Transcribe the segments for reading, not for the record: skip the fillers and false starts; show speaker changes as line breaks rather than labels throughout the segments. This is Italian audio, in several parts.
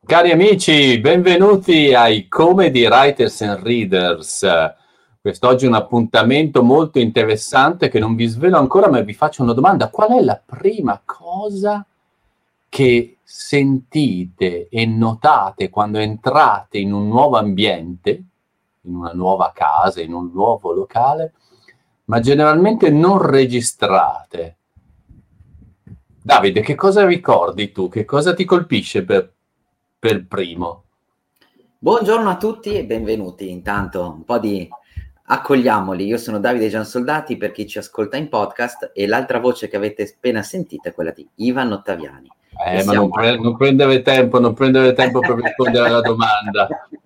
Cari amici, benvenuti ai Comedy Writers and Readers. Quest'oggi è un appuntamento molto interessante che non vi svelo ancora, ma vi faccio una domanda. Qual è la prima cosa che sentite e notate quando entrate in un nuovo ambiente, in una nuova casa, in un nuovo locale, ma generalmente non registrate? Davide, che cosa ricordi tu? Che cosa ti colpisce per primo?
Buongiorno a tutti e benvenuti. Intanto un po' di accogliamoli. Io sono Davide Giansoldati per chi ci ascolta in podcast e l'altra voce che avete appena sentito è quella di Ivan Ottaviani.
Ma non prendere tempo per rispondere alla domanda.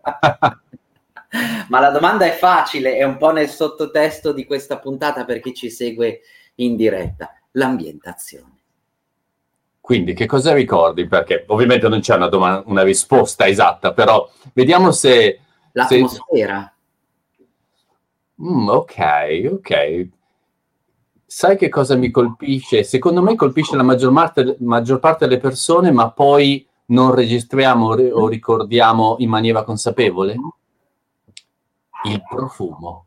Ma la domanda è facile, è un po' nel sottotesto di questa puntata per chi ci segue in diretta. L'ambientazione.
Quindi che cosa ricordi? Perché ovviamente non c'è una risposta esatta, però vediamo se...
L'atmosfera.
Ok. Sai che cosa mi colpisce? Secondo me colpisce la maggior parte delle persone, ma poi non registriamo o ricordiamo in maniera consapevole? Il profumo.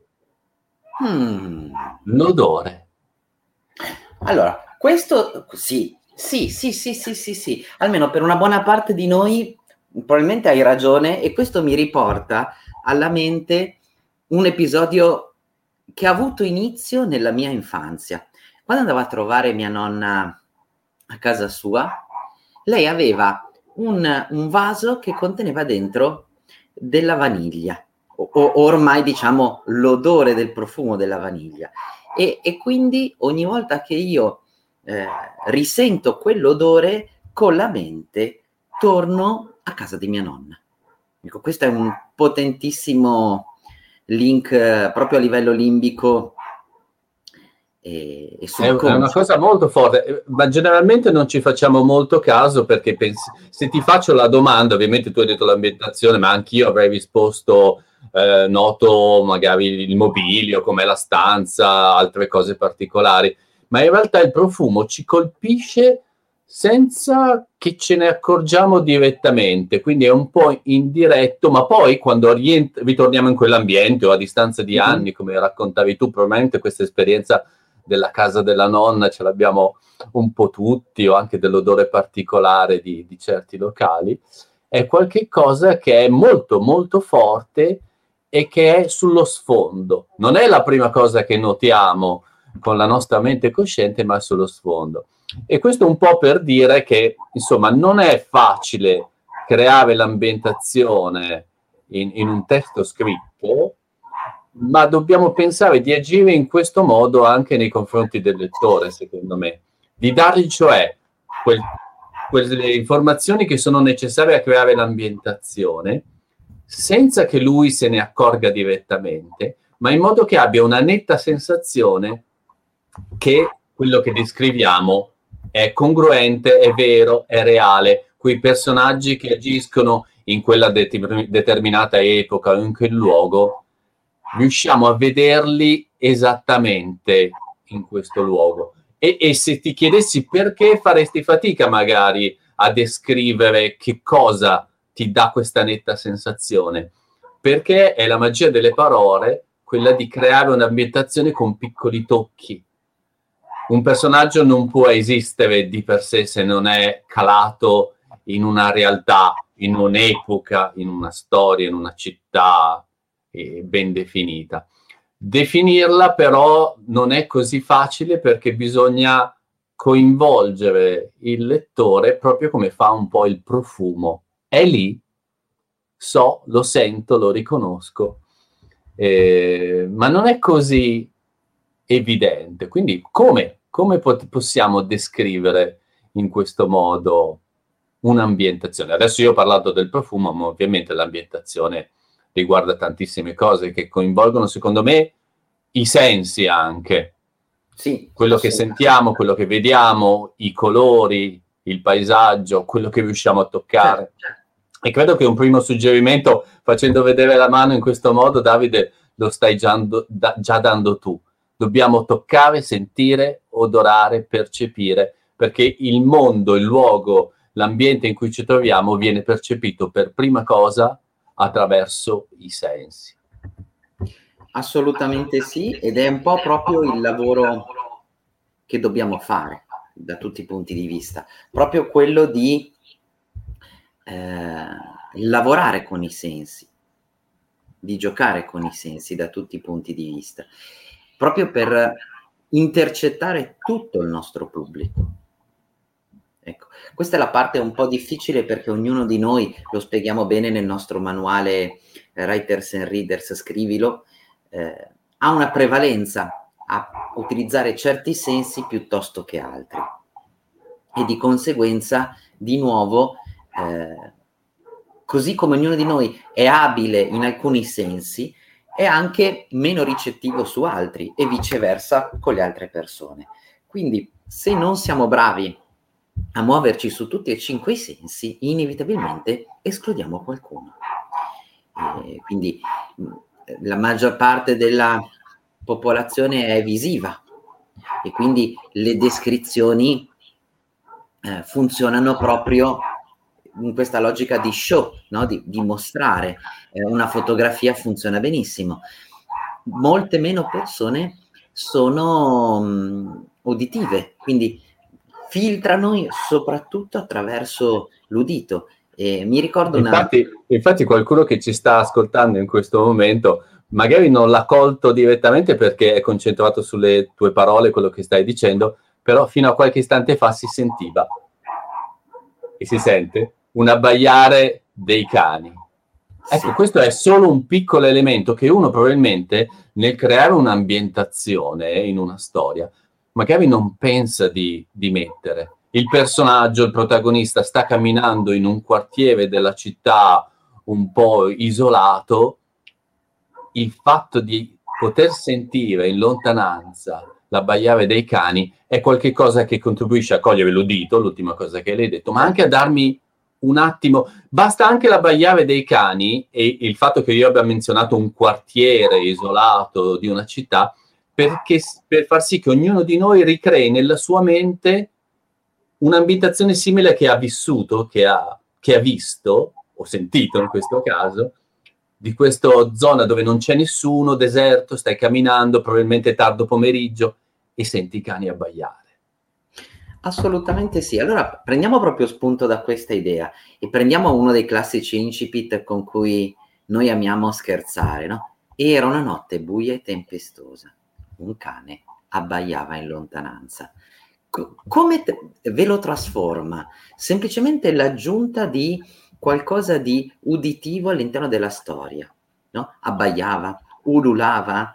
L'odore.
Allora, questo sì. Almeno per una buona parte di noi probabilmente hai ragione, e questo mi riporta alla mente un episodio che ha avuto inizio nella mia infanzia. Quando andavo a trovare mia nonna a casa sua, lei aveva un vaso che conteneva dentro della vaniglia, o ormai diciamo l'odore del profumo della vaniglia, e quindi ogni volta che io risento quell'odore, con la mente torno a casa di mia nonna. Ecco, questo è un potentissimo link proprio a livello limbico e subconscio.
È una cosa molto forte, ma generalmente non ci facciamo molto caso, perché se ti faccio la domanda, ovviamente tu hai detto l'ambientazione, ma anch'io avrei risposto noto magari il mobilio, com'è la stanza, altre cose particolari. Ma in realtà il profumo ci colpisce senza che ce ne accorgiamo direttamente, quindi è un po' indiretto, ma poi quando ritorniamo in quell'ambiente o a distanza di anni, come raccontavi tu, probabilmente questa esperienza della casa della nonna ce l'abbiamo un po' tutti, o anche dell'odore particolare di certi locali, è qualche cosa che è molto molto forte e che è sullo sfondo. Non è la prima cosa che notiamo con la nostra mente cosciente, ma sullo sfondo. E questo un po' per dire che, insomma, non è facile creare l'ambientazione in un testo scritto, ma dobbiamo pensare di agire in questo modo anche nei confronti del lettore, secondo me. Di dargli, cioè, quelle informazioni che sono necessarie a creare l'ambientazione, senza che lui se ne accorga direttamente, ma in modo che abbia una netta sensazione che quello che descriviamo è congruente, è vero, è reale. Quei personaggi che agiscono in quella determinata epoca o in quel luogo, riusciamo a vederli esattamente in questo luogo. E se ti chiedessi perché faresti fatica magari a descrivere che cosa ti dà questa netta sensazione, perché è la magia delle parole quella di creare un'ambientazione con piccoli tocchi. Un personaggio non può esistere di per sé se non è calato in una realtà, in un'epoca, in una storia, in una città ben definita. Definirla però non è così facile, perché bisogna coinvolgere il lettore proprio come fa un po' il profumo. È lì, so, lo sento, lo riconosco, ma non è così evidente. Quindi come possiamo descrivere in questo modo un'ambientazione? Adesso io ho parlato del profumo, ma ovviamente l'ambientazione riguarda tantissime cose che coinvolgono, secondo me, i sensi anche.
Sì,
quello che sentiamo, quello che vediamo, i colori, il paesaggio, quello che riusciamo a toccare. E credo che un primo suggerimento, facendo vedere la mano in questo modo, Davide, lo stai già dando tu. Dobbiamo toccare, sentire, odorare, percepire, perché il mondo, il luogo, l'ambiente in cui ci troviamo viene percepito per prima cosa attraverso i sensi.
Assolutamente sì, ed è un po' proprio il lavoro che dobbiamo fare da tutti i punti di vista, proprio quello di lavorare con i sensi, di giocare con i sensi da tutti i punti di vista, proprio per intercettare tutto il nostro pubblico. Ecco, questa è la parte un po' difficile perché ognuno di noi, lo spieghiamo bene nel nostro manuale Writers and Readers, scrivilo, ha una prevalenza a utilizzare certi sensi piuttosto che altri e di conseguenza di nuovo così come ognuno di noi è abile in alcuni sensi è anche meno ricettivo su altri e viceversa con le altre persone. Quindi se non siamo bravi a muoverci su tutti e 5 i sensi, inevitabilmente escludiamo qualcuno. Quindi la maggior parte della popolazione è visiva e quindi le descrizioni funzionano proprio in questa logica di show, no? di mostrare. Una fotografia funziona benissimo. Molte meno persone sono uditive, quindi filtrano soprattutto attraverso l'udito. Mi ricordo
infatti qualcuno che ci sta ascoltando in questo momento magari non l'ha colto direttamente perché è concentrato sulle tue parole, quello che stai dicendo, però fino a qualche istante fa si sentiva e si sente un abbaiare dei cani. Ecco, questo è solo un piccolo elemento che uno probabilmente nel creare un'ambientazione in una storia magari non pensa di mettere. Il personaggio, il protagonista sta camminando in un quartiere della città un po' isolato, il fatto di poter sentire in lontananza l'abbaiare dei cani è qualcosa che contribuisce a cogliere l'udito, l'ultima cosa che l'hai detto, ma anche a darmi un attimo, basta anche l'abbaiare dei cani e il fatto che io abbia menzionato un quartiere isolato di una città, perché per far sì che ognuno di noi ricrei nella sua mente un'ambientazione simile che ha vissuto, che ha visto, o sentito in questo caso, di questa zona dove non c'è nessuno, deserto, stai camminando, probabilmente tardo pomeriggio, e senti i cani abbaiare.
Assolutamente sì. Allora prendiamo proprio spunto da questa idea e prendiamo uno dei classici incipit con cui noi amiamo scherzare, no? Era una notte buia e tempestosa. Un cane abbaiava in lontananza. Come ve lo trasforma? Semplicemente l'aggiunta di qualcosa di uditivo all'interno della storia, no? Abbaiava, ululava,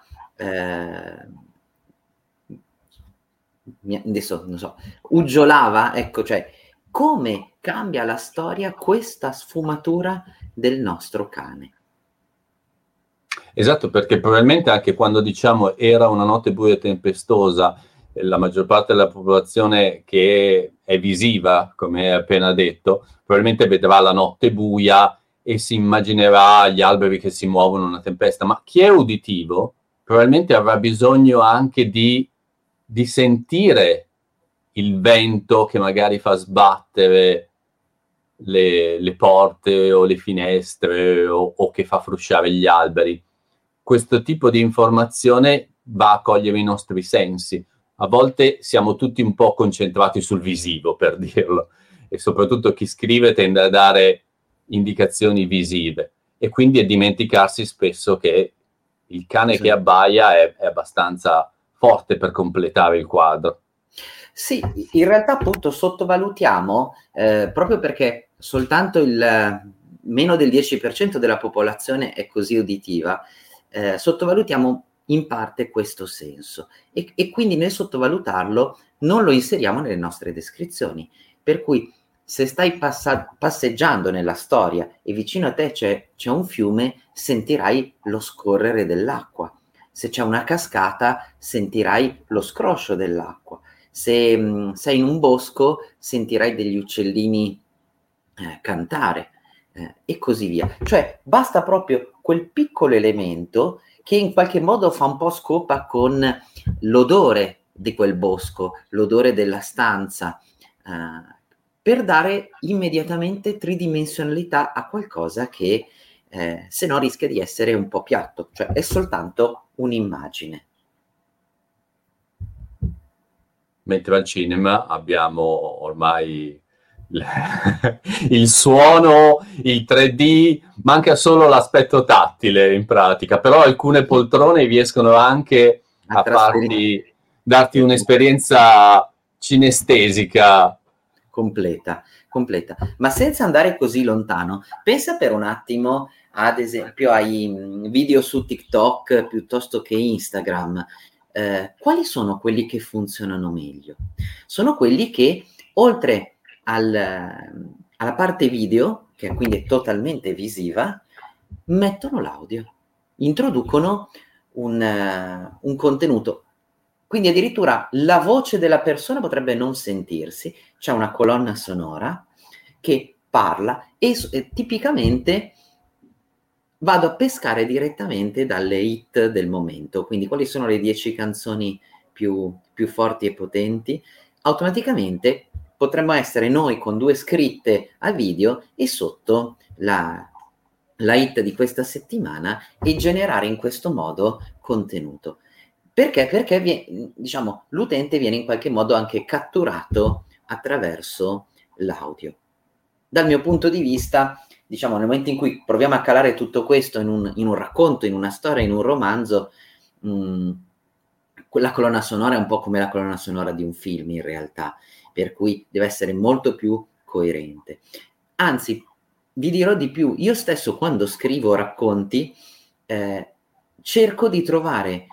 adesso non so, uggiolava, ecco, cioè come cambia la storia questa sfumatura del nostro cane.
Esatto, perché probabilmente anche quando diciamo era una notte buia e tempestosa, la maggior parte della popolazione che è visiva, come hai appena detto, probabilmente vedrà la notte buia e si immaginerà gli alberi che si muovono in una tempesta, ma chi è uditivo probabilmente avrà bisogno anche di sentire il vento che magari fa sbattere le porte o le finestre o che fa frusciare gli alberi. Questo tipo di informazione va a cogliere i nostri sensi. A volte siamo tutti un po' concentrati sul visivo, per dirlo, e soprattutto chi scrive tende a dare indicazioni visive e quindi a dimenticarsi spesso che il cane che abbaia è abbastanza forte per completare il quadro.
Sì, in realtà appunto sottovalutiamo, proprio perché soltanto il meno del 10% della popolazione è così uditiva, sottovalutiamo in parte questo senso e quindi nel sottovalutarlo non lo inseriamo nelle nostre descrizioni, per cui se stai passeggiando nella storia e vicino a te c'è un fiume, sentirai lo scorrere dell'acqua, se c'è una cascata sentirai lo scroscio dell'acqua, se sei in un bosco sentirai degli uccellini cantare e così via. Cioè basta proprio quel piccolo elemento che in qualche modo fa un po' scopa con l'odore di quel bosco, l'odore della stanza, per dare immediatamente tridimensionalità a qualcosa che se no rischia di essere un po' piatto, cioè è soltanto un'immagine.
Mentre al cinema abbiamo ormai il suono, il 3D, manca solo l'aspetto tattile in pratica, però alcune poltrone riescono anche a darti un'esperienza cinestesica
completa. Ma senza andare così lontano, pensa per un attimo ad esempio ai video su TikTok piuttosto che Instagram. Quali sono quelli che funzionano meglio? Sono quelli che oltre alla parte video, che quindi è totalmente visiva, mettono l'audio, introducono un contenuto. Quindi addirittura la voce della persona potrebbe non sentirsi, c'è una colonna sonora che parla e tipicamente vado a pescare direttamente dalle hit del momento, quindi quali sono le 10 canzoni più forti e potenti. Automaticamente potremmo essere noi con 2 scritte a video e sotto la hit di questa settimana e generare in questo modo contenuto. Perché diciamo, l'utente viene in qualche modo anche catturato attraverso l'audio. Dal mio punto di vista, diciamo, nel momento in cui proviamo a calare tutto questo in un racconto, in una storia, in un romanzo, quella colonna sonora è un po' come la colonna sonora di un film in realtà, per cui deve essere molto più coerente. Anzi, vi dirò di più, io stesso quando scrivo racconti cerco di trovare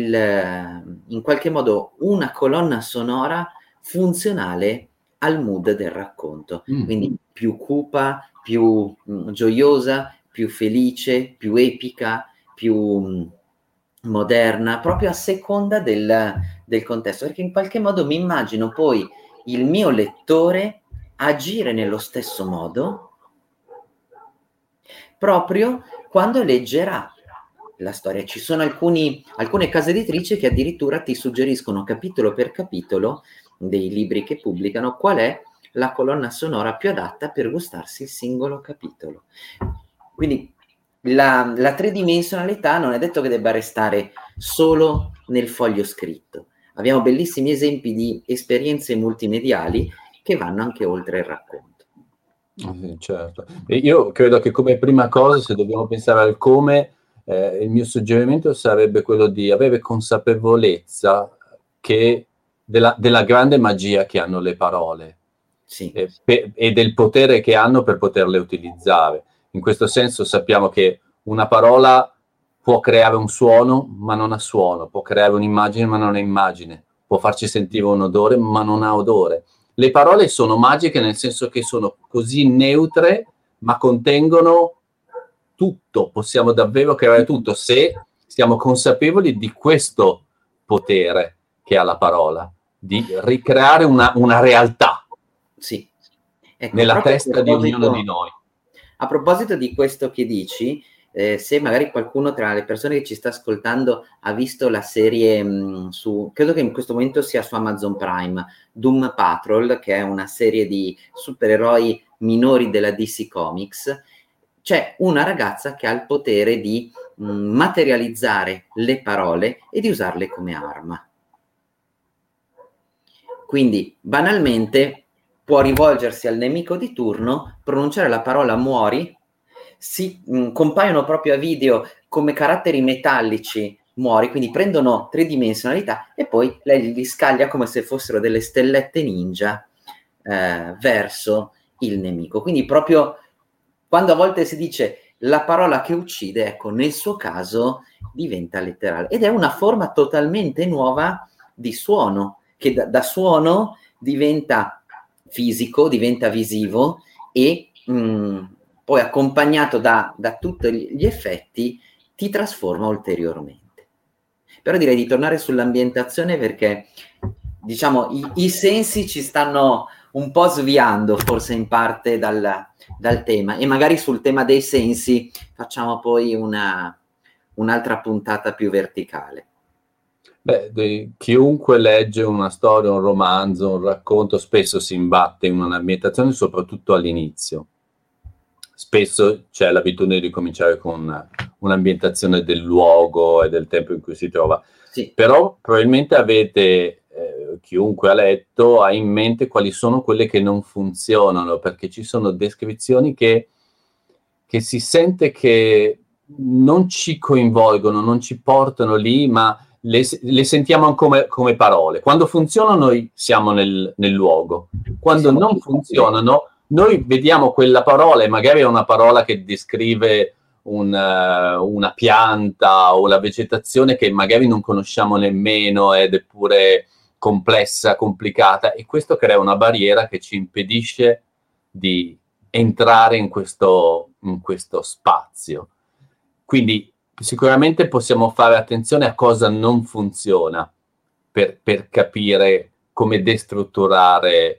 in qualche modo una colonna sonora funzionale al mood del racconto, quindi più cupa, più gioiosa, più felice, più epica, più moderna, proprio a seconda del contesto, perché in qualche modo mi immagino poi il mio lettore agire nello stesso modo proprio quando leggerà la storia. Ci sono alcune case editrici che addirittura ti suggeriscono capitolo per capitolo dei libri che pubblicano qual è la colonna sonora più adatta per gustarsi il singolo capitolo. Quindi la tridimensionalità non è detto che debba restare solo nel foglio scritto. Abbiamo bellissimi esempi di esperienze multimediali che vanno anche oltre il racconto.
Certo. E io credo che come prima cosa, se dobbiamo pensare al come, il mio suggerimento sarebbe quello di avere consapevolezza della grande magia che hanno le parole,
sì.
E del potere che hanno per poterle utilizzare. In questo senso sappiamo che una parola può creare un suono ma non ha suono, può creare un'immagine ma non ha immagine, può farci sentire un odore ma non ha odore. Le parole sono magiche nel senso che sono così neutre ma contengono tutto, possiamo davvero creare tutto se siamo consapevoli di questo potere che ha la parola, di ricreare una realtà,
sì. Ecco,
nella testa di ognuno di noi.
A proposito di questo che dici, se magari qualcuno tra le persone che ci sta ascoltando ha visto la serie credo che in questo momento sia su Amazon Prime, Doom Patrol, che è una serie di supereroi minori della DC Comics, c'è una ragazza che ha il potere di materializzare le parole e di usarle come arma. Quindi, banalmente, può rivolgersi al nemico di turno, pronunciare la parola muori, compaiono proprio a video come caratteri metallici muori, quindi prendono tridimensionalità e poi lei li scaglia come se fossero delle stellette ninja verso il nemico. Quindi proprio quando a volte si dice la parola che uccide, ecco, nel suo caso diventa letterale. Ed è una forma totalmente nuova di suono, che da suono diventa fisico, diventa visivo e poi accompagnato da tutti gli effetti ti trasforma ulteriormente. Però direi di tornare sull'ambientazione perché diciamo i sensi ci stanno un po' sviando forse in parte dal tema e magari sul tema dei sensi facciamo poi un'altra puntata più verticale.
Chiunque legge una storia, un romanzo, un racconto, spesso si imbatte in un'ambientazione, soprattutto all'inizio. Spesso c'è l'abitudine di cominciare con un'ambientazione del luogo e del tempo in cui si trova.
Sì.
Però probabilmente chiunque ha letto ha in mente quali sono quelle che non funzionano, perché ci sono descrizioni che si sente che non ci coinvolgono, non ci portano lì, ma le sentiamo come parole. Quando funzionano noi siamo nel luogo, quando non funzionano noi vediamo quella parola e magari è una parola che descrive una pianta o la vegetazione che magari non conosciamo nemmeno ed è pure complessa, complicata, e questo crea una barriera che ci impedisce di entrare in questo spazio. Quindi sicuramente possiamo fare attenzione a cosa non funziona per capire come destrutturare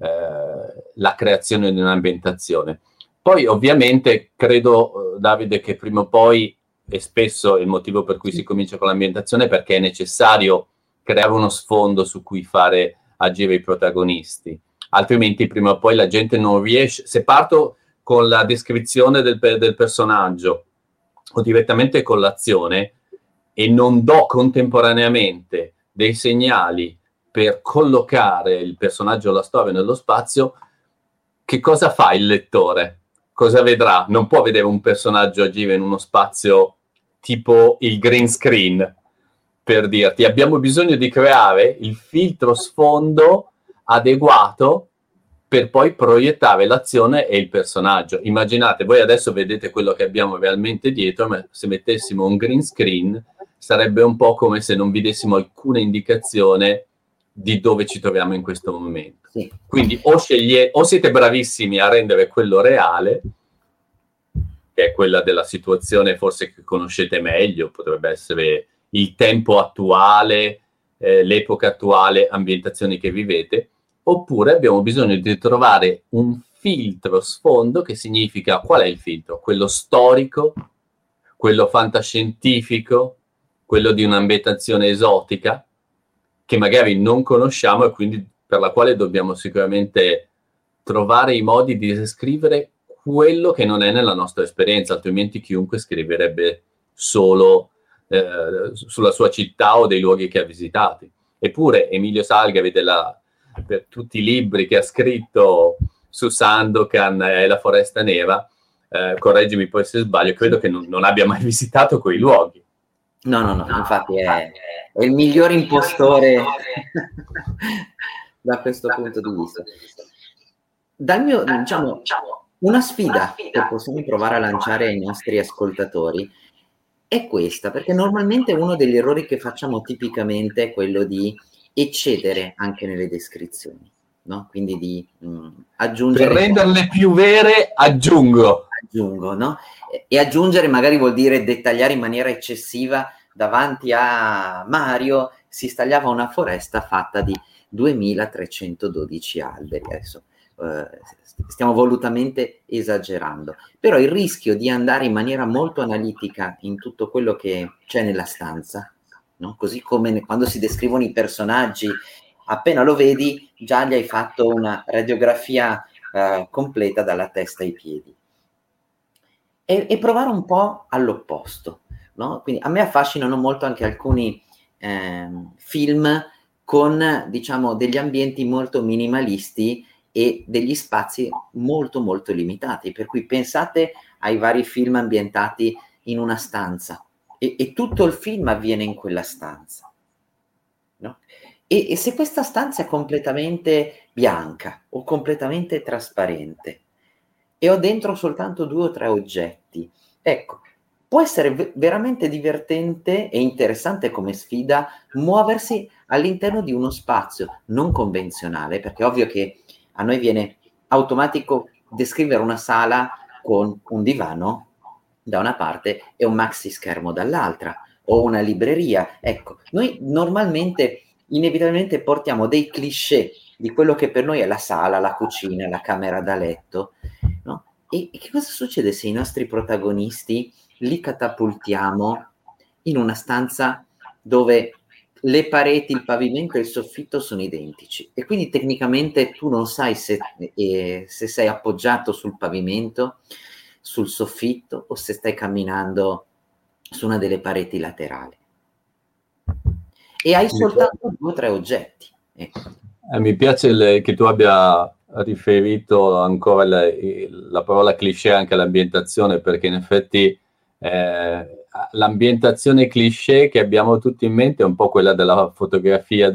la creazione di un'ambientazione. Poi ovviamente credo, Davide, che prima o poi, e spesso il motivo per cui si comincia con l'ambientazione è perché è necessario creare uno sfondo su cui fare agire i protagonisti, altrimenti prima o poi la gente non riesce. Se parto con la descrizione del personaggio o direttamente con l'azione e non do contemporaneamente dei segnali per collocare il personaggio o la storia nello spazio, che cosa fa il lettore? Cosa vedrà? Non può vedere un personaggio agire in uno spazio tipo il green screen, per dirti. Abbiamo bisogno di creare il filtro sfondo adeguato per poi proiettare l'azione e il personaggio. Immaginate, voi adesso vedete quello che abbiamo realmente dietro, ma se mettessimo un green screen sarebbe un po' come se non vi dessimo alcuna indicazione di dove ci troviamo in questo momento. Sì. Quindi o siete bravissimi a rendere quello reale, che è quella della situazione forse che conoscete meglio, potrebbe essere il tempo attuale, l'epoca attuale, ambientazioni che vivete, oppure abbiamo bisogno di trovare un filtro sfondo, che significa, qual è il filtro? Quello storico, quello fantascientifico, quello di un'ambientazione esotica, che magari non conosciamo e quindi per la quale dobbiamo sicuramente trovare i modi di descrivere quello che non è nella nostra esperienza, altrimenti chiunque scriverebbe solo sulla sua città o dei luoghi che ha visitati. Eppure Emilio Salgavi, per tutti i libri che ha scritto su Sandokan e la Foresta Nera, correggimi poi se sbaglio, credo che non abbia mai visitato quei luoghi.
No, infatti è il miglior impostore da questo punto di vista. Dal mio, diciamo, una sfida che possiamo provare a lanciare ai nostri ascoltatori è questa, perché normalmente uno degli errori che facciamo tipicamente è quello di eccedere anche nelle descrizioni, no? Quindi di aggiungere...
Per renderle più vere, aggiungo,
no? E aggiungere magari vuol dire dettagliare in maniera eccessiva. Davanti a Mario si stagliava una foresta fatta di 2312 alberi. Adesso stiamo volutamente esagerando, però il rischio di andare in maniera molto analitica in tutto quello che c'è nella stanza, no? Così come quando si descrivono i personaggi, appena lo vedi già gli hai fatto una radiografia completa dalla testa ai piedi, e provare un po' all'opposto, no? Quindi a me affascinano molto anche alcuni film con, diciamo, degli ambienti molto minimalisti e degli spazi molto molto limitati, per cui pensate ai vari film ambientati in una stanza e tutto il film avviene in quella stanza, no? E se questa stanza è completamente bianca o completamente trasparente e ho dentro soltanto 2 o 3 oggetti, ecco, può essere veramente divertente e interessante come sfida muoversi all'interno di uno spazio non convenzionale, perché è ovvio che a noi viene automatico descrivere una sala con un divano da una parte e un maxi schermo dall'altra, o una libreria. Ecco, noi normalmente, inevitabilmente portiamo dei cliché di quello che per noi è la sala, la cucina, la camera da letto, no? E che cosa succede se i nostri protagonisti li catapultiamo in una stanza dove le pareti, il pavimento e il soffitto sono identici e quindi tecnicamente tu non sai se sei appoggiato sul pavimento, sul soffitto o se stai camminando su una delle pareti laterali. E hai soltanto 2 o 3 oggetti. Ecco.
Mi piace che tu abbia riferito ancora la parola cliché anche all'ambientazione, perché in effetti l'ambientazione cliché che abbiamo tutti in mente è un po' quella della fotografia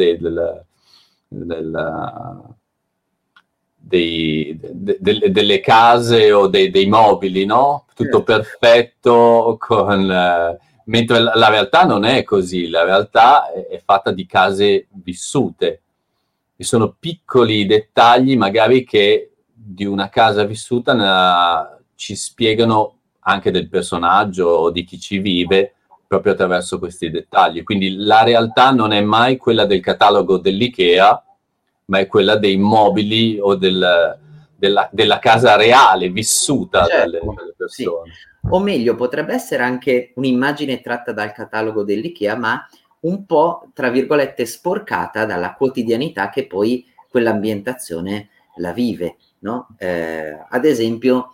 delle case o dei mobili, no? Tutto perfetto, mentre la realtà non è così, la realtà è fatta di case vissute. E sono piccoli dettagli magari che di una casa vissuta ci spiegano anche del personaggio o di chi ci vive proprio attraverso questi dettagli. Quindi la realtà non è mai quella del catalogo dell'IKEA, ma è quella dei mobili o della casa reale, vissuta dalle persone.
Sì. O meglio, potrebbe essere anche un'immagine tratta dal catalogo dell'IKEA, ma un po', tra virgolette, sporcata dalla quotidianità che poi quell'ambientazione la vive, no? Ad esempio,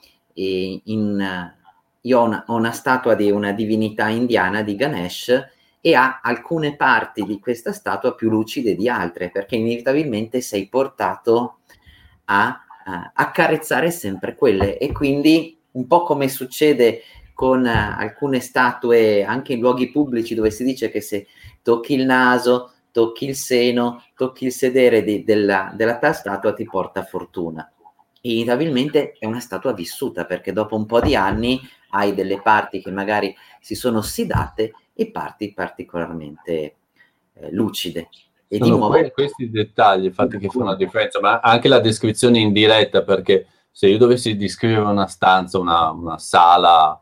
io ho una statua di una divinità indiana di Ganesh e ha alcune parti di questa statua più lucide di altre, perché inevitabilmente sei portato a accarezzare sempre quelle, e quindi un po' come succede con alcune statue anche in luoghi pubblici, dove si dice che se tocchi il naso, tocchi il seno, tocchi il sedere della tal statua ti porta fortuna. E inevitabilmente è una statua vissuta, perché dopo un po' di anni hai delle parti che magari si sono ossidate e parti particolarmente lucide. E
Sono
di nuovo
questi dettagli infatti che fanno la differenza, ma anche la descrizione indiretta, perché se io dovessi descrivere una stanza, una sala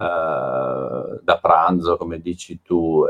da pranzo, come dici tu,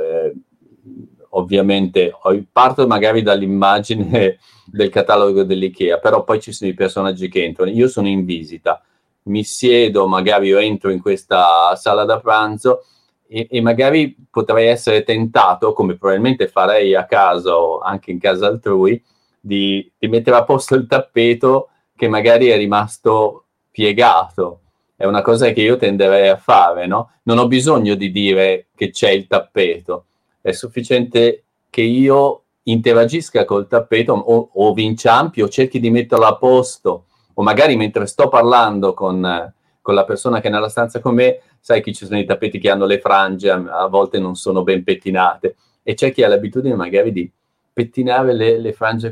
ovviamente parto magari dall'immagine del catalogo dell'IKEA, però poi ci sono i personaggi che entrano. Io sono in visita, mi siedo, magari io entro in questa sala da pranzo e magari potrei essere tentato, come probabilmente farei a casa o anche in casa altrui, di mettere a posto il tappeto che magari è rimasto piegato. È una cosa che io tenderei a fare, no? Non ho bisogno di dire che c'è il tappeto, è sufficiente che io interagisca col tappeto o vi inciampi o cerchi di metterlo a posto, o magari mentre sto parlando con la persona che è nella stanza con me, sai che ci sono i tappeti che hanno le frange, a volte non sono ben pettinate, e c'è chi ha l'abitudine magari di pettinare le frange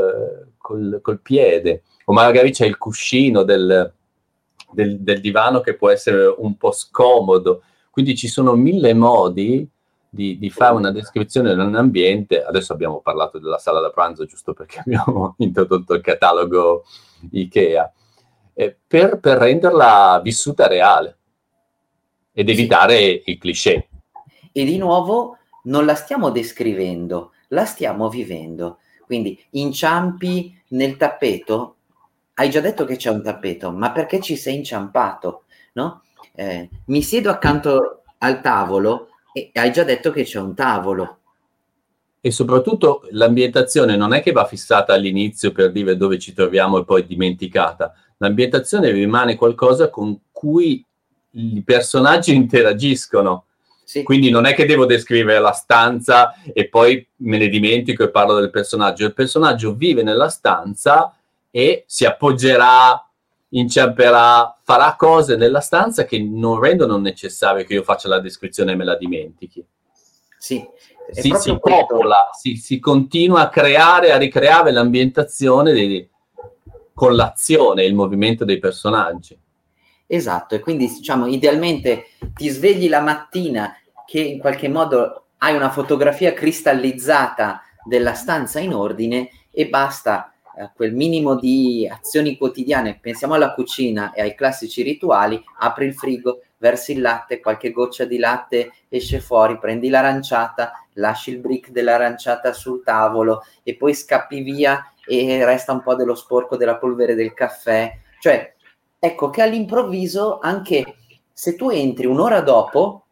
col piede, o magari c'è il cuscino del divano che può essere un po' scomodo. Quindi ci sono 1000 modi di fare una descrizione di un ambiente. Adesso abbiamo parlato della sala da pranzo giusto perché abbiamo introdotto il catalogo IKEA, per renderla vissuta reale ed evitare il cliché.
E di nuovo non la stiamo descrivendo, la stiamo vivendo. Quindi inciampi nel tappeto, hai già detto che c'è un tappeto, ma perché ci sei inciampato, no? Mi siedo accanto al tavolo e hai già detto che c'è un tavolo.
E soprattutto l'ambientazione non è che va fissata all'inizio per dire dove ci troviamo e poi dimenticata. L'ambientazione rimane qualcosa con cui i personaggi interagiscono. Sì. Quindi non è che devo descrivere la stanza e poi me ne dimentico e parlo del personaggio. Il personaggio vive nella stanza e si appoggerà, inciamperà, farà cose nella stanza che non rendono necessario che io faccia la descrizione e me la dimentichi.
Sì,
si popola, si continua a creare, a ricreare l'ambientazione con l'azione e il movimento dei personaggi.
Esatto, e quindi diciamo idealmente ti svegli la mattina che in qualche modo hai una fotografia cristallizzata della stanza in ordine e basta quel minimo di azioni quotidiane. Pensiamo alla cucina e ai classici rituali: apri il frigo, versi il latte, qualche goccia di latte esce fuori, prendi l'aranciata, lasci il brick dell'aranciata sul tavolo e poi scappi via e resta un po' dello sporco della polvere del caffè. Cioè, ecco che all'improvviso, anche se tu entri un'ora dopo,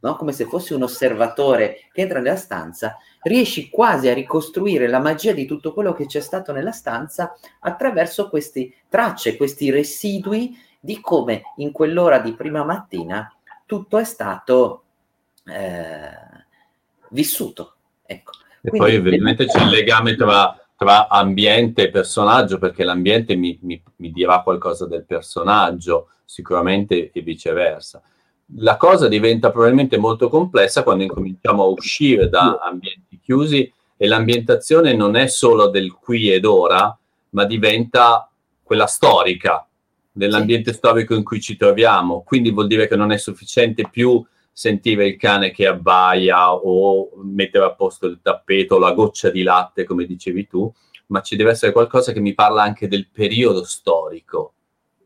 no? Come se fossi un osservatore che entra nella stanza, riesci quasi a ricostruire la magia di tutto quello che c'è stato nella stanza attraverso queste tracce, questi residui di come in quell'ora di prima mattina tutto è stato vissuto. Ecco.
E poi ovviamente c'è il legame tra ambiente e personaggio, perché l'ambiente mi dirà qualcosa del personaggio, sicuramente, e viceversa. La cosa diventa probabilmente molto complessa quando incominciamo a uscire da ambienti chiusi e l'ambientazione non è solo del qui ed ora, ma diventa quella storica, dell'ambiente storico in cui ci troviamo. Quindi vuol dire che non è sufficiente più sentire il cane che abbaia o mettere a posto il tappeto o la goccia di latte, come dicevi tu, ma ci deve essere qualcosa che mi parla anche del periodo storico.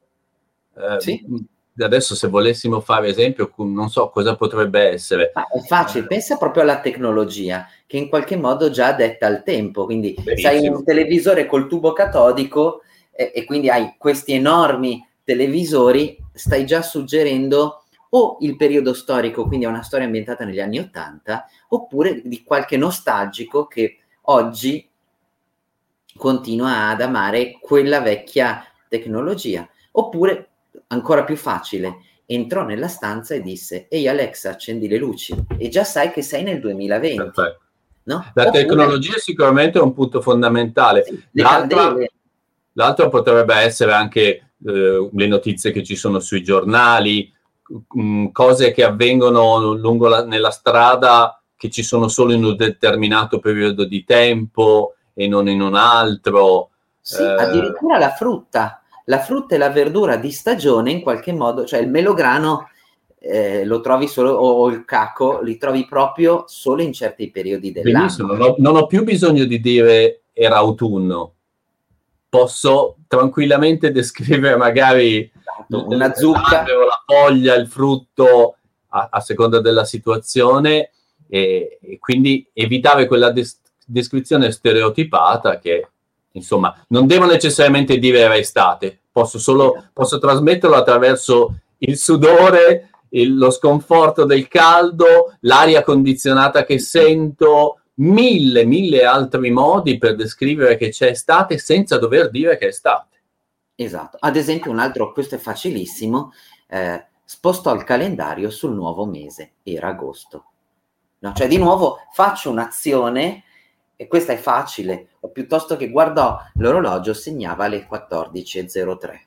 Adesso, se volessimo fare esempio, non so cosa potrebbe essere.
È facile, pensa proprio alla tecnologia che in qualche modo già detta il tempo, quindi se hai un televisore col tubo catodico e quindi hai questi enormi televisori, stai già suggerendo o il periodo storico, quindi è una storia ambientata negli anni '80, oppure di qualche nostalgico che oggi continua ad amare quella vecchia tecnologia. Oppure, ancora più facile, entrò nella stanza e disse: ehi Alexa, accendi le luci, e già sai che sei nel 2020. No?
La tecnologia sicuramente è un punto fondamentale.
Sì,
l'altro potrebbe essere anche le notizie che ci sono sui giornali, cose che avvengono nella strada che ci sono solo in un determinato periodo di tempo e non in un altro.
Sì, addirittura la frutta e la verdura di stagione in qualche modo, cioè il melograno lo trovi solo, o il caco li trovi proprio solo in certi periodi dell'anno.
Benissimo, non ho più bisogno di dire era autunno, posso tranquillamente descrivere magari
una zucca
o la foglia, il frutto a seconda della situazione, e quindi evitare quella descrizione stereotipata che, insomma, non devo necessariamente dire era estate, posso trasmetterlo attraverso il sudore, lo sconforto del caldo, l'aria condizionata che sento, mille altri modi per descrivere che c'è estate senza dover dire che è estate.
Esatto. Ad esempio, un altro, questo è facilissimo, sposto il calendario sul nuovo mese, era agosto. No? Cioè, di nuovo, faccio un'azione, e questa è facile, o piuttosto che guardò l'orologio, segnava le 14:03.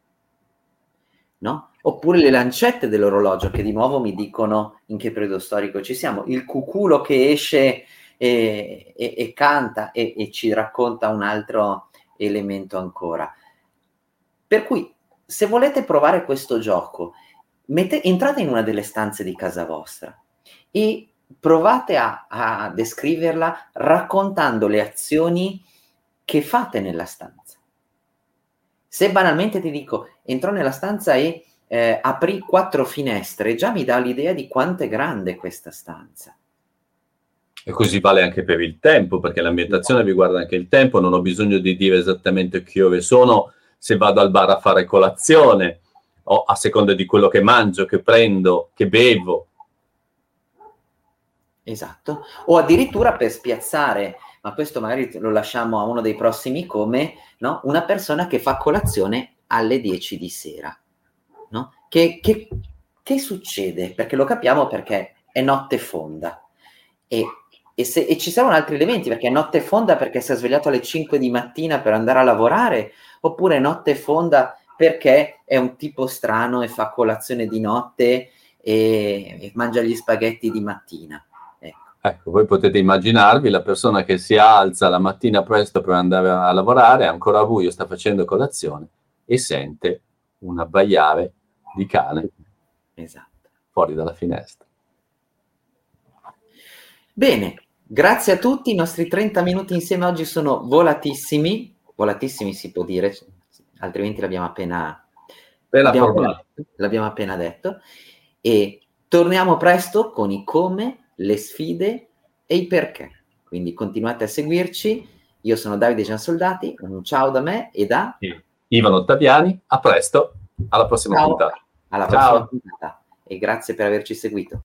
No? Oppure le lancette dell'orologio, che di nuovo mi dicono in che periodo storico ci siamo. Il cuculo che esce e canta e ci racconta un altro elemento ancora. Per cui, se volete provare questo gioco, entrate in una delle stanze di casa vostra e provate a descriverla raccontando le azioni che fate nella stanza. Se banalmente ti dico, entrò nella stanza e aprì 4 finestre, già mi dà l'idea di quanto è grande questa stanza.
E così vale anche per il tempo, perché l'ambientazione riguarda anche il tempo, non ho bisogno di dire esattamente che ore sono, se vado al bar a fare colazione, o a seconda di quello che mangio, che prendo, che bevo.
Esatto. O addirittura per spiazzare, ma questo magari lo lasciamo a uno dei prossimi come, no? Una persona che fa colazione alle 10 di sera. No? Che succede? Perché lo capiamo, perché è notte fonda. E ci saranno altri elementi, perché è notte fonda perché si è svegliato alle 5 di mattina per andare a lavorare, oppure è notte fonda perché è un tipo strano e fa colazione di notte e mangia gli spaghetti di mattina.
Ecco, voi potete immaginarvi la persona che si alza la mattina presto per andare a lavorare, è ancora buio, sta facendo colazione e sente un abbaiare di cane fuori dalla finestra.
Bene, grazie a tutti, i nostri 30 minuti insieme oggi sono volatissimi si può dire, altrimenti l'abbiamo appena detto, e torniamo presto con i come, le sfide e i perché, quindi continuate a seguirci. Io sono Davide Giansoldati, un ciao da me e da
Ivan Ottaviani, a presto, alla prossima puntata.
Alla prossima puntata e grazie per averci seguito.